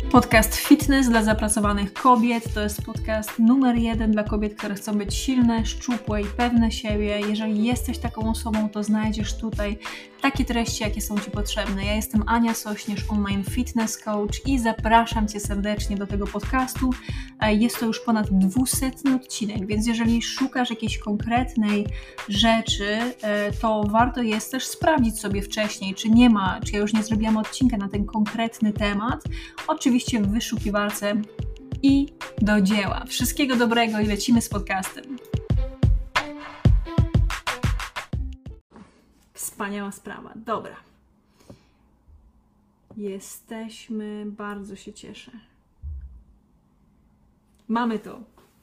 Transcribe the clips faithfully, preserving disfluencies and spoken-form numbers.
Podcast Fitness dla zapracowanych kobiet to jest podcast numer jeden dla kobiet, które chcą być silne, szczupłe i pewne siebie. Jeżeli jesteś taką osobą, to znajdziesz tutaj takie treści, jakie są Ci potrzebne. Ja jestem Ania Sośnierz, online fitness coach i zapraszam Cię serdecznie do tego podcastu. Jest to już ponad dwusetny odcinek, więc jeżeli szukasz jakiejś konkretnej rzeczy, to warto jest też sprawdzić sobie wcześniej, czy nie ma, czy ja już nie zrobiłam odcinka na ten konkretny temat. Oczywiście w wyszukiwarce i do dzieła. Wszystkiego dobrego i lecimy z podcastem. Wspaniała sprawa. Dobra. Jesteśmy, bardzo się cieszę. Mamy to.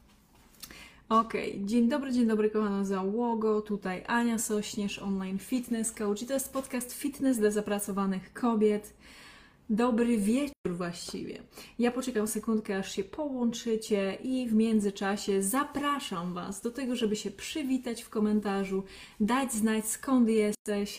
Ok, dzień dobry, dzień dobry kochana załogo, tutaj Ania Sośnierz, online fitness coach i to jest podcast Fitness dla zapracowanych kobiet. Dobry wieczór właściwie. Ja poczekam sekundkę, aż się połączycie i w międzyczasie zapraszam Was do tego, żeby się przywitać w komentarzu, dać znać skąd jesteś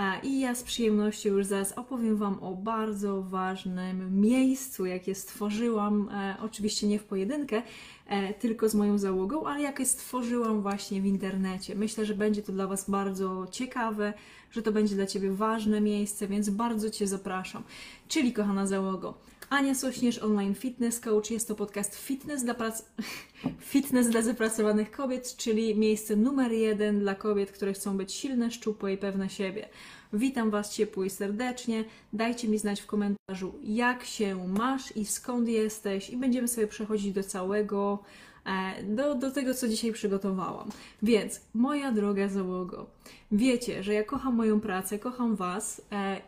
i ja z przyjemnością już zaraz opowiem Wam o bardzo ważnym miejscu, jakie stworzyłam, oczywiście nie w pojedynkę, tylko z moją załogą, ale jakie stworzyłam właśnie w internecie. Myślę, że będzie to dla Was bardzo ciekawe, że to będzie dla Ciebie ważne miejsce, więc bardzo Cię zapraszam. Czyli kochana załogo, Ania Sośnierz, online fitness coach, jest to podcast fitness dla, prac... fitness dla zapracowanych kobiet, czyli miejsce numer jeden dla kobiet, które chcą być silne, szczupłe i pewne siebie. Witam Was ciepło i serdecznie, dajcie mi znać w komentarzu, jak się masz i skąd jesteś i będziemy sobie przechodzić do całego, do, do tego, co dzisiaj przygotowałam. Więc, moja droga załogo, wiecie, że ja kocham moją pracę, kocham Was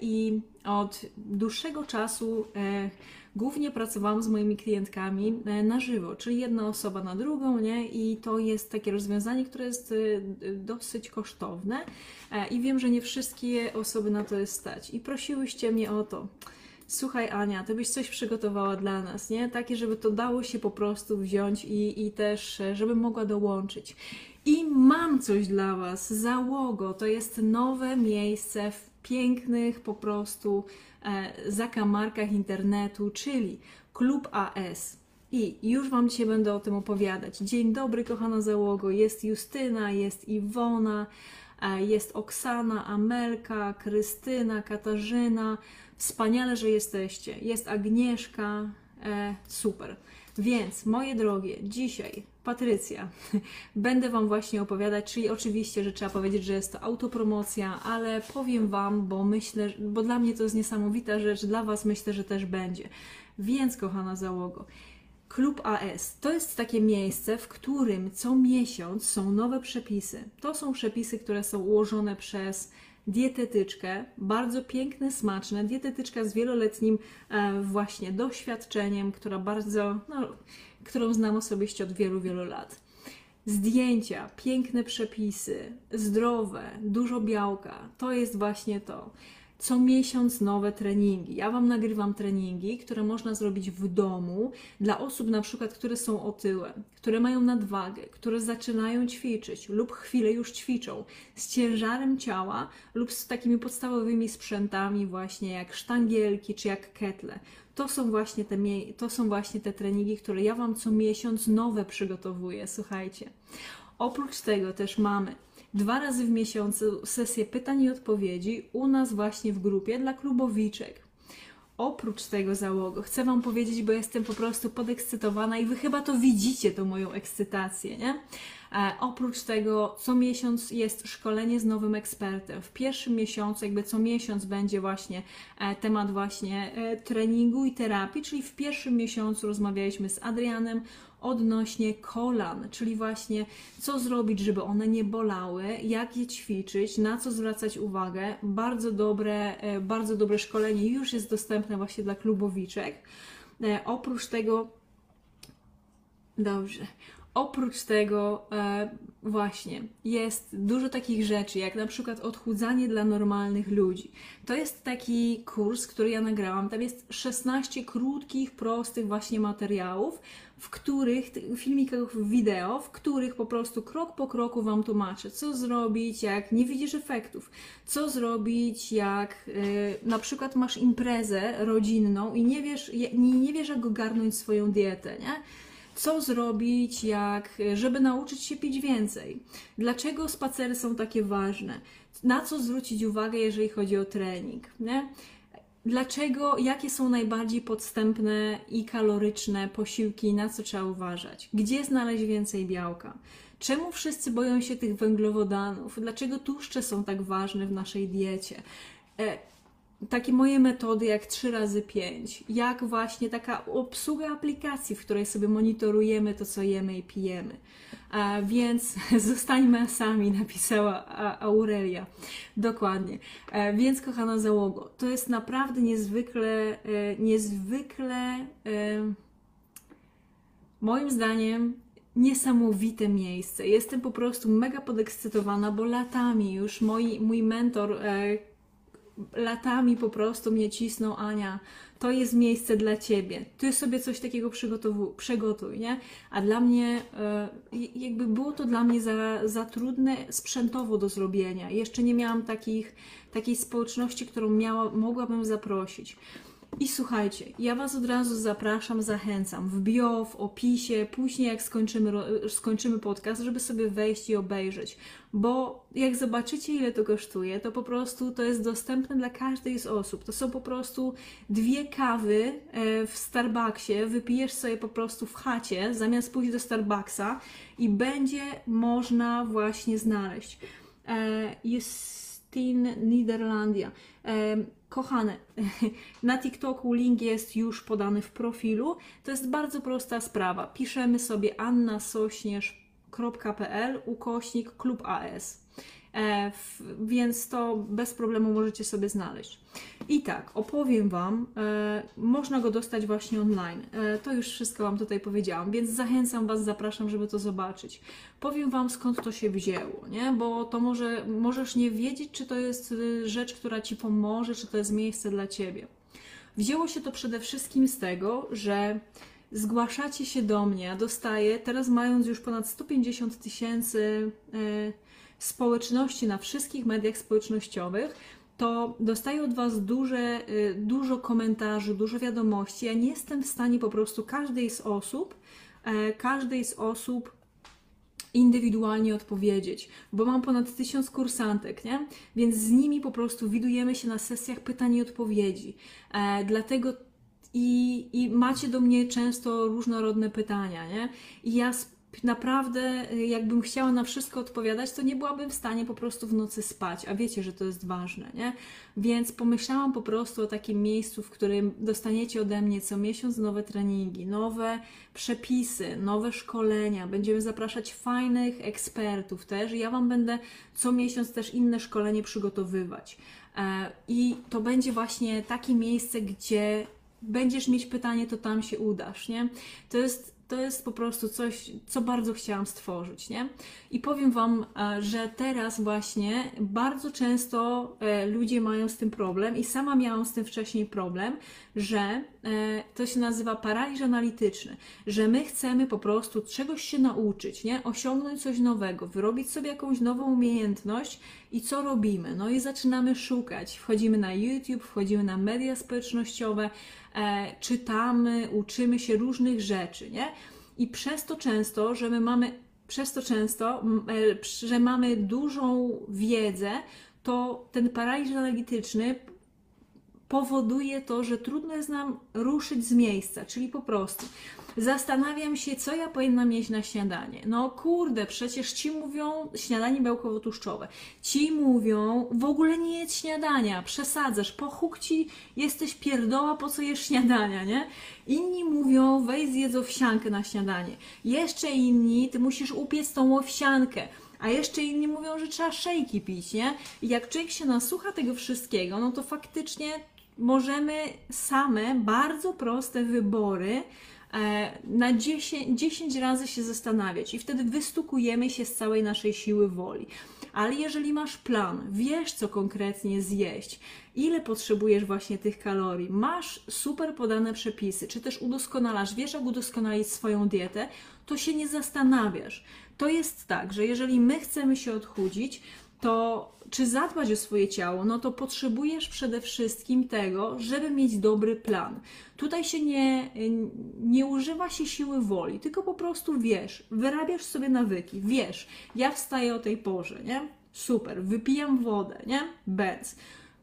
i od dłuższego czasu głównie pracowałam z moimi klientkami na żywo, czyli jedna osoba na drugą, nie? I to jest takie rozwiązanie, które jest dosyć kosztowne i wiem, że nie wszystkie osoby na to jest stać. I prosiłyście mnie o to. Słuchaj Ania, Ty byś coś przygotowała dla nas, nie? Takie, żeby to dało się po prostu wziąć i, i też, żeby mogła dołączyć. I mam coś dla Was, załogo, to jest nowe miejsce w pięknych po prostu e, zakamarkach internetu, czyli Klub A S. I już Wam dzisiaj będę o tym opowiadać. Dzień dobry kochana załogo, jest Justyna, jest Iwona, e, jest Oksana, Amelka, Krystyna, Katarzyna. Wspaniale, że jesteście. Jest Agnieszka. E, super. Więc, moje drogie, dzisiaj Patrycja, będę Wam właśnie opowiadać, czyli oczywiście, że trzeba powiedzieć, że jest to autopromocja, ale powiem Wam, bo myślę, bo dla mnie to jest niesamowita rzecz, dla Was myślę, że też będzie. Więc, kochana załogo, Klub A S to jest takie miejsce, w którym co miesiąc są nowe przepisy. To są przepisy, które są ułożone przez dietetyczkę, bardzo piękne, smaczne, dietetyczka z wieloletnim e, właśnie doświadczeniem, która bardzo, no, którą znam osobiście od wielu, wielu lat. Zdjęcia, piękne przepisy, zdrowe, dużo białka, to jest właśnie to. Co miesiąc nowe treningi. Ja Wam nagrywam treningi, które można zrobić w domu dla osób na przykład, które są otyłe, które mają nadwagę, które zaczynają ćwiczyć lub chwilę już ćwiczą z ciężarem ciała lub z takimi podstawowymi sprzętami właśnie jak sztangielki czy jak ketle. To są właśnie te, to są właśnie te treningi, które ja Wam co miesiąc nowe przygotowuję. Słuchajcie. Oprócz tego też mamy dwa razy w miesiącu sesję pytań i odpowiedzi u nas właśnie w grupie dla klubowiczek. Oprócz tego załogo, chcę Wam powiedzieć, bo jestem po prostu podekscytowana i Wy chyba to widzicie, tą moją ekscytację, nie? E, oprócz tego co miesiąc jest szkolenie z nowym ekspertem. W pierwszym miesiącu, jakby co miesiąc będzie właśnie e, temat właśnie e, treningu i terapii, czyli w pierwszym miesiącu rozmawialiśmy z Adrianem odnośnie kolan, czyli właśnie co zrobić, żeby one nie bolały, jak je ćwiczyć, na co zwracać uwagę. Bardzo dobre, bardzo dobre szkolenie już jest dostępne właśnie dla klubowiczek. Oprócz tego, dobrze, Oprócz tego e, właśnie jest dużo takich rzeczy, jak na przykład odchudzanie dla normalnych ludzi. To jest taki kurs, który ja nagrałam. Tam jest szesnaście krótkich, prostych właśnie materiałów, w których, filmikach wideo, w których po prostu krok po kroku Wam tłumaczę, co zrobić, jak nie widzisz efektów, co zrobić, jak e, na przykład masz imprezę rodzinną i nie wiesz, nie, nie wiesz, jak ogarnąć swoją dietę, nie? Co zrobić, jak, żeby nauczyć się pić więcej? Dlaczego spacery są takie ważne? Na co zwrócić uwagę, jeżeli chodzi o trening? Nie? Dlaczego, jakie są najbardziej podstępne i kaloryczne posiłki, na co trzeba uważać? Gdzie znaleźć więcej białka? Czemu wszyscy boją się tych węglowodanów? Dlaczego tłuszcze są tak ważne w naszej diecie? E, Takie moje metody jak trzy razy pięć, jak właśnie taka obsługa aplikacji, w której sobie monitorujemy to, co jemy i pijemy. A więc zostańmy sami, napisała Aurelia. Dokładnie. A więc kochana załogo, to jest naprawdę niezwykle, niezwykle, moim zdaniem, niesamowite miejsce. Jestem po prostu mega podekscytowana, bo latami już moi, mój mentor latami po prostu mnie cisnął: Ania, to jest miejsce dla Ciebie, Ty sobie coś takiego przygotuj, nie? A dla mnie, jakby było to dla mnie za, za trudne sprzętowo do zrobienia. Jeszcze nie miałam takich, takiej społeczności, którą miała, mogłabym zaprosić. I słuchajcie, ja Was od razu zapraszam, zachęcam w bio, w opisie, później jak skończymy, skończymy podcast, żeby sobie wejść i obejrzeć, bo jak zobaczycie, ile to kosztuje, to po prostu to jest dostępne dla każdej z osób. To są po prostu dwie kawy w Starbucksie, wypijesz sobie po prostu w chacie, zamiast pójść do Starbucksa i będzie można właśnie znaleźć. Justine Niderlandia. Kochane, na TikToku link jest już podany w profilu. To jest bardzo prosta sprawa. Piszemy sobie annasośnierz kropka p l ukośnik klub A S. E, w, więc to bez problemu możecie sobie znaleźć. I tak, opowiem Wam, e, można go dostać właśnie online. E, to już wszystko Wam tutaj powiedziałam, więc zachęcam Was, zapraszam, żeby to zobaczyć. Powiem Wam, skąd to się wzięło, nie? Bo to może, możesz nie wiedzieć, czy to jest rzecz, która Ci pomoże, czy to jest miejsce dla Ciebie. Wzięło się to przede wszystkim z tego, że zgłaszacie się do mnie, dostaję, teraz mając już ponad sto pięćdziesiąt tysięcy e, społeczności na wszystkich mediach społecznościowych, to dostaję od Was duże, dużo komentarzy, dużo wiadomości. Ja nie jestem w stanie po prostu każdej z osób, każdej z osób indywidualnie odpowiedzieć, bo mam ponad tysiąc kursantek, nie? Więc z nimi po prostu widujemy się na sesjach pytań i odpowiedzi. E, dlatego i, i macie do mnie często różnorodne pytania, nie? I ja naprawdę, jakbym chciała na wszystko odpowiadać, to nie byłabym w stanie po prostu w nocy spać, a wiecie, że to jest ważne, nie? Więc pomyślałam po prostu o takim miejscu, w którym dostaniecie ode mnie co miesiąc nowe treningi, nowe przepisy, nowe szkolenia, będziemy zapraszać fajnych ekspertów też i ja Wam będę co miesiąc też inne szkolenie przygotowywać. I to będzie właśnie takie miejsce, gdzie będziesz mieć pytanie, to tam się udasz, nie? To jest To jest po prostu coś, co bardzo chciałam stworzyć, nie? I powiem Wam, że teraz właśnie bardzo często ludzie mają z tym problem i sama miałam z tym wcześniej problem, że to się nazywa paraliż analityczny, że my chcemy po prostu czegoś się nauczyć, nie? Osiągnąć coś nowego, wyrobić sobie jakąś nową umiejętność i co robimy? No i zaczynamy szukać, wchodzimy na YouTube, wchodzimy na media społecznościowe, E, czytamy, uczymy się różnych rzeczy, nie? I przez to często, że my mamy, przez to często, e, że mamy dużą wiedzę, to ten paraliż analityczny powoduje to, że trudno jest nam ruszyć z miejsca, czyli po prostu zastanawiam się, co ja powinnam jeść na śniadanie. No kurde, przecież ci mówią śniadanie białkowo-tłuszczowe. Ci mówią, w ogóle nie jedz śniadania, przesadzasz, po huk ci jesteś pierdoła, po co jesz śniadania, nie? Inni mówią, weź zjedz owsiankę na śniadanie. Jeszcze inni, ty musisz upiec tą owsiankę. A jeszcze inni mówią, że trzeba szejki pić, nie? I jak człowiek się nasłucha tego wszystkiego, no to faktycznie możemy same bardzo proste wybory na dziesięć, dziesięć razy się zastanawiać i wtedy wystukujemy się z całej naszej siły woli. Ale jeżeli masz plan, wiesz co konkretnie zjeść, ile potrzebujesz właśnie tych kalorii, masz super podane przepisy, czy też udoskonalasz, wiesz jak udoskonalić swoją dietę, to się nie zastanawiasz. To jest tak, że jeżeli my chcemy się odchudzić, to czy zadbać o swoje ciało, no to potrzebujesz przede wszystkim tego, żeby mieć dobry plan. Tutaj się nie, nie używa się siły woli, tylko po prostu wiesz, wyrabiasz sobie nawyki, wiesz, ja wstaję o tej porze, nie? Super, wypijam wodę, nie? Benz.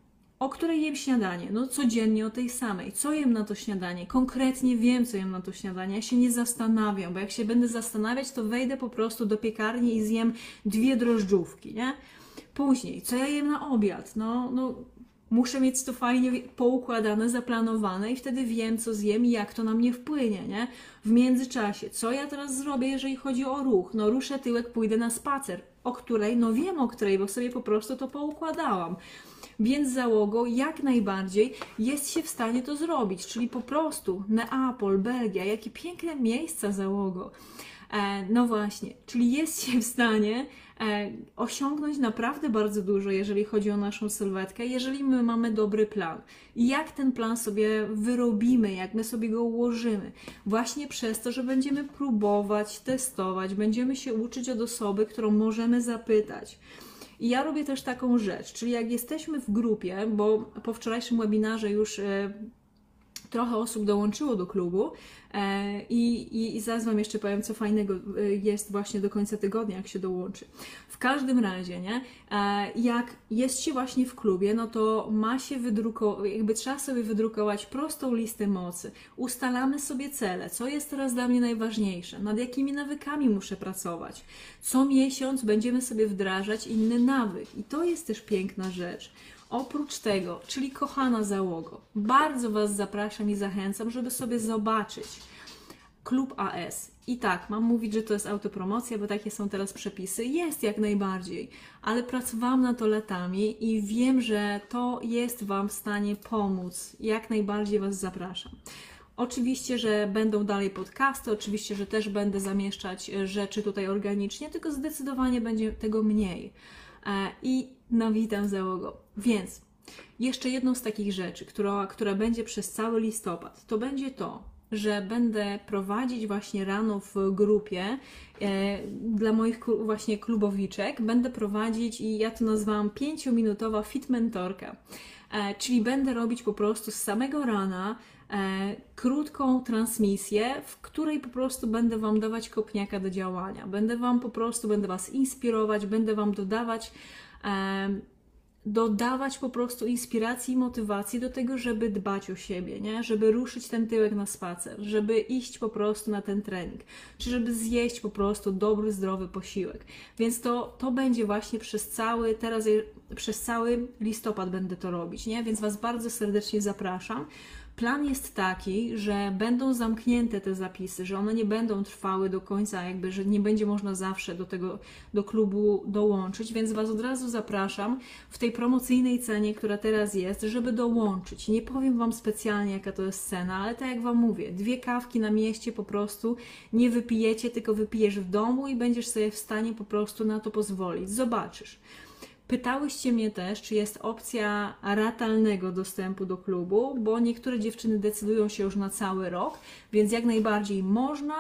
O której jem śniadanie? No codziennie o tej samej. Co jem na to śniadanie? Konkretnie wiem, co jem na to śniadanie. Ja się nie zastanawiam, bo jak się będę zastanawiać, to wejdę po prostu do piekarni i zjem dwie drożdżówki, nie? Później, co ja jem na obiad? No, no muszę mieć to fajnie poukładane, zaplanowane i wtedy wiem, co zjem i jak to na mnie wpłynie, nie? W międzyczasie, co ja teraz zrobię, jeżeli chodzi o ruch? No ruszę tyłek, pójdę na spacer. O której? No wiem o której, bo sobie po prostu to poukładałam. Więc załogą jak najbardziej jest się w stanie to zrobić, czyli po prostu Neapol, Belgia, jakie piękne miejsca załogo. E, no właśnie, czyli jest się w stanie e, osiągnąć naprawdę bardzo dużo, jeżeli chodzi o naszą sylwetkę, jeżeli my mamy dobry plan. I jak ten plan sobie wyrobimy, jak my sobie go ułożymy? Właśnie przez to, że będziemy próbować, testować, będziemy się uczyć od osoby, którą możemy zapytać. I ja robię też taką rzecz, czyli jak jesteśmy w grupie, bo po wczorajszym webinarze już e, trochę osób dołączyło do klubu e, i, i, i zaraz Wam jeszcze powiem, co fajnego jest właśnie do końca tygodnia, jak się dołączy. W każdym razie, nie, e, jak jest się właśnie w klubie, no to ma się wydrukować, jakby trzeba sobie wydrukować prostą listę mocy. Ustalamy sobie cele, co jest teraz dla mnie najważniejsze, nad jakimi nawykami muszę pracować. Co miesiąc będziemy sobie wdrażać inny nawyk i to jest też piękna rzecz. Oprócz tego, czyli kochana załogo, bardzo Was zapraszam i zachęcam, żeby sobie zobaczyć Klub A S. I tak, mam mówić, że to jest autopromocja, bo takie są teraz przepisy. Jest jak najbardziej, ale pracowałam na to latami i wiem, że to jest Wam w stanie pomóc. Jak najbardziej Was zapraszam. Oczywiście, że będą dalej podcasty, oczywiście, że też będę zamieszczać rzeczy tutaj organicznie, tylko zdecydowanie będzie tego mniej. I no witam załogo. Więc jeszcze jedną z takich rzeczy, która, która będzie przez cały listopad, to będzie to, że będę prowadzić właśnie rano w grupie e, dla moich właśnie klubowiczek, będę prowadzić i ja to nazwałam pięciominutowa fit mentorka, e, czyli będę robić po prostu z samego rana E, krótką transmisję, w której po prostu będę Wam dawać kopniaka do działania. Będę Wam po prostu, będę Was inspirować, będę Wam dodawać e, dodawać po prostu inspiracji i motywacji do tego, żeby dbać o siebie, nie? Żeby ruszyć ten tyłek na spacer, żeby iść po prostu na ten trening, czy żeby zjeść po prostu dobry, zdrowy posiłek. Więc to, to będzie właśnie przez cały, teraz przez cały listopad będę to robić, nie? Więc Was bardzo serdecznie zapraszam. Plan jest taki, że będą zamknięte te zapisy, że one nie będą trwały do końca, jakby, że nie będzie można zawsze do tego, do klubu dołączyć, więc Was od razu zapraszam w tej promocyjnej cenie, która teraz jest, żeby dołączyć. Nie powiem Wam specjalnie, jaka to jest cena, ale tak jak Wam mówię, dwie kawki na mieście po prostu nie wypijecie, tylko wypijesz w domu i będziesz sobie w stanie po prostu na to pozwolić. Zobaczysz. Pytałyście mnie też, czy jest opcja ratalnego dostępu do klubu, bo niektóre dziewczyny decydują się już na cały rok, więc jak najbardziej można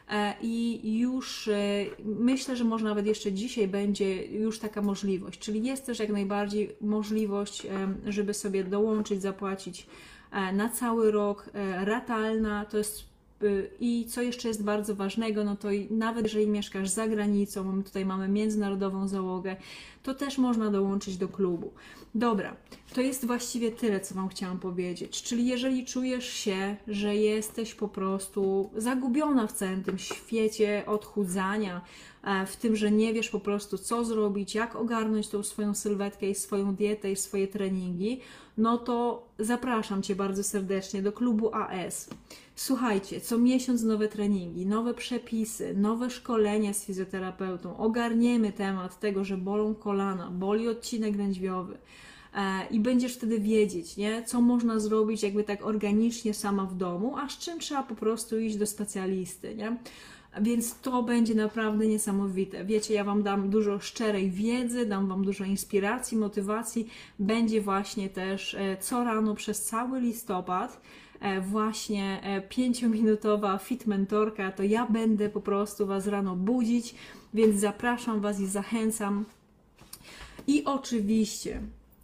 i już myślę, że może nawet jeszcze dzisiaj będzie już taka możliwość, czyli jest też jak najbardziej możliwość, żeby sobie dołączyć, zapłacić na cały rok, ratalna, to jest. I co jeszcze jest bardzo ważnego, no to nawet jeżeli mieszkasz za granicą, my tutaj mamy międzynarodową załogę, to też można dołączyć do klubu. Dobra, to jest właściwie tyle, co Wam chciałam powiedzieć. Czyli jeżeli czujesz się, że jesteś po prostu zagubiona w całym tym świecie odchudzania, w tym, że nie wiesz po prostu co zrobić, jak ogarnąć tą swoją sylwetkę i swoją dietę i swoje treningi, no to zapraszam Cię bardzo serdecznie do klubu A S. Słuchajcie, co miesiąc nowe treningi, nowe przepisy, nowe szkolenia z fizjoterapeutą. Ogarniemy temat tego, że bolą kolana, boli odcinek lędźwiowy. i będziesz wtedy wiedzieć, nie? Co można zrobić jakby tak organicznie sama w domu, a z czym trzeba po prostu iść do specjalisty, nie? Więc to będzie naprawdę niesamowite. Wiecie, ja Wam dam dużo szczerej wiedzy, dam Wam dużo inspiracji, motywacji. Będzie właśnie też co rano przez cały listopad właśnie pięciominutowa fit mentorka, to ja będę po prostu Was rano budzić, więc zapraszam Was i zachęcam. I oczywiście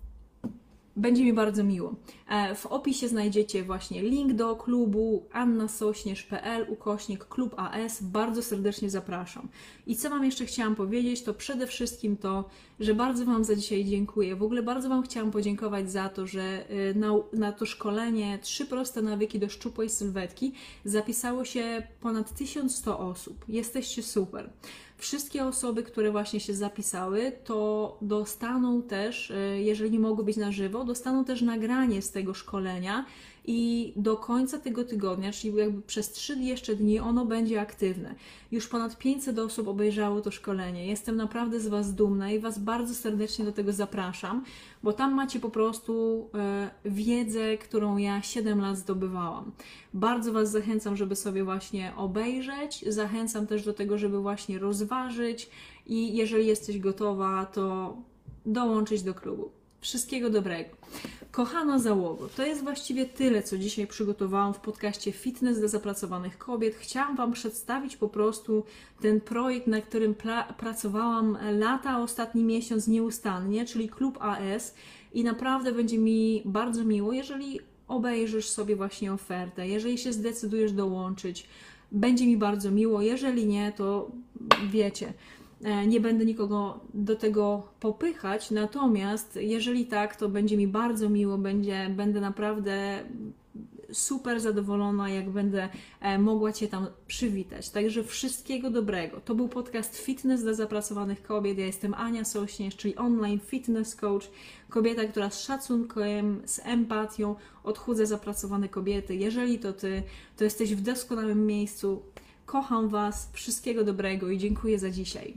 będzie mi bardzo miło. W opisie znajdziecie właśnie link do klubu annasośnierz kropka p l ukośnik klub A S. Bardzo serdecznie zapraszam. I co Wam jeszcze chciałam powiedzieć, to przede wszystkim to, że bardzo Wam za dzisiaj dziękuję. W ogóle bardzo Wam chciałam podziękować za to, że na, na to szkolenie Trzy proste nawyki do szczupłej sylwetki zapisało się ponad tysiąc sto osób. Jesteście super. Wszystkie osoby, które właśnie się zapisały, to dostaną też, jeżeli nie mogą być na żywo, dostaną też nagranie z tego szkolenia i do końca tego tygodnia, czyli jakby przez trzy jeszcze dni, ono będzie aktywne. Już ponad pięćset osób obejrzało to szkolenie. Jestem naprawdę z Was dumna i Was bardzo serdecznie do tego zapraszam, bo tam macie po prostu e, wiedzę, którą ja siedem lat zdobywałam. Bardzo Was zachęcam, żeby sobie właśnie obejrzeć. Zachęcam też do tego, żeby właśnie rozważyć i jeżeli jesteś gotowa, to dołączyć do klubu. Wszystkiego dobrego. Kochana załogo, to jest właściwie tyle, co dzisiaj przygotowałam w podcaście Fitness dla zapracowanych kobiet. Chciałam Wam przedstawić po prostu ten projekt, na którym pra- pracowałam lata, ostatni miesiąc nieustannie, czyli Klub A S i naprawdę będzie mi bardzo miło, jeżeli obejrzysz sobie właśnie ofertę, jeżeli się zdecydujesz dołączyć, będzie mi bardzo miło, jeżeli nie, to wiecie, nie będę nikogo do tego popychać, natomiast jeżeli tak, to będzie mi bardzo miło, będzie, będę naprawdę super zadowolona, jak będę mogła Cię tam przywitać. Także wszystkiego dobrego. To był podcast Fitness dla zapracowanych kobiet. Ja jestem Ania Sośnierz, czyli online fitness coach, kobieta, która z szacunkiem, z empatią odchudza zapracowane kobiety. Jeżeli to Ty, to jesteś w doskonałym miejscu. Kocham Was, wszystkiego dobrego i dziękuję za dzisiaj.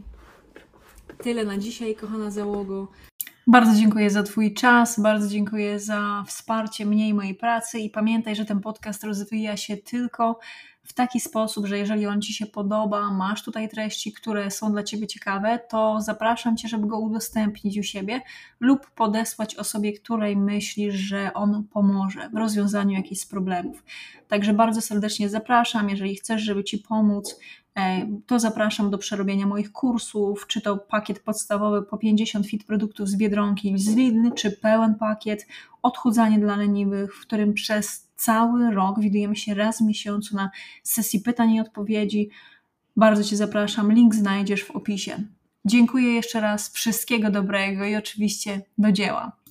Tyle na dzisiaj, kochana załogo. Bardzo dziękuję za Twój czas, bardzo dziękuję za wsparcie mnie i mojej pracy i pamiętaj, że ten podcast rozwija się tylko w taki sposób, że jeżeli on Ci się podoba, masz tutaj treści, które są dla Ciebie ciekawe, to zapraszam Cię, żeby go udostępnić u siebie lub podesłać osobie, której myślisz, że on pomoże w rozwiązaniu jakichś z problemów. Także bardzo serdecznie zapraszam, jeżeli chcesz, żeby Ci pomóc, to zapraszam do przerobienia moich kursów, czy to pakiet podstawowy po pięćdziesiąt fit produktów z Biedronki, z Lidl, czy pełen pakiet odchudzanie dla leniwych, w którym przez cały rok widujemy się raz w miesiącu na sesji pytań i odpowiedzi. Bardzo Cię zapraszam, link znajdziesz w opisie. Dziękuję jeszcze raz, wszystkiego dobrego i oczywiście do dzieła.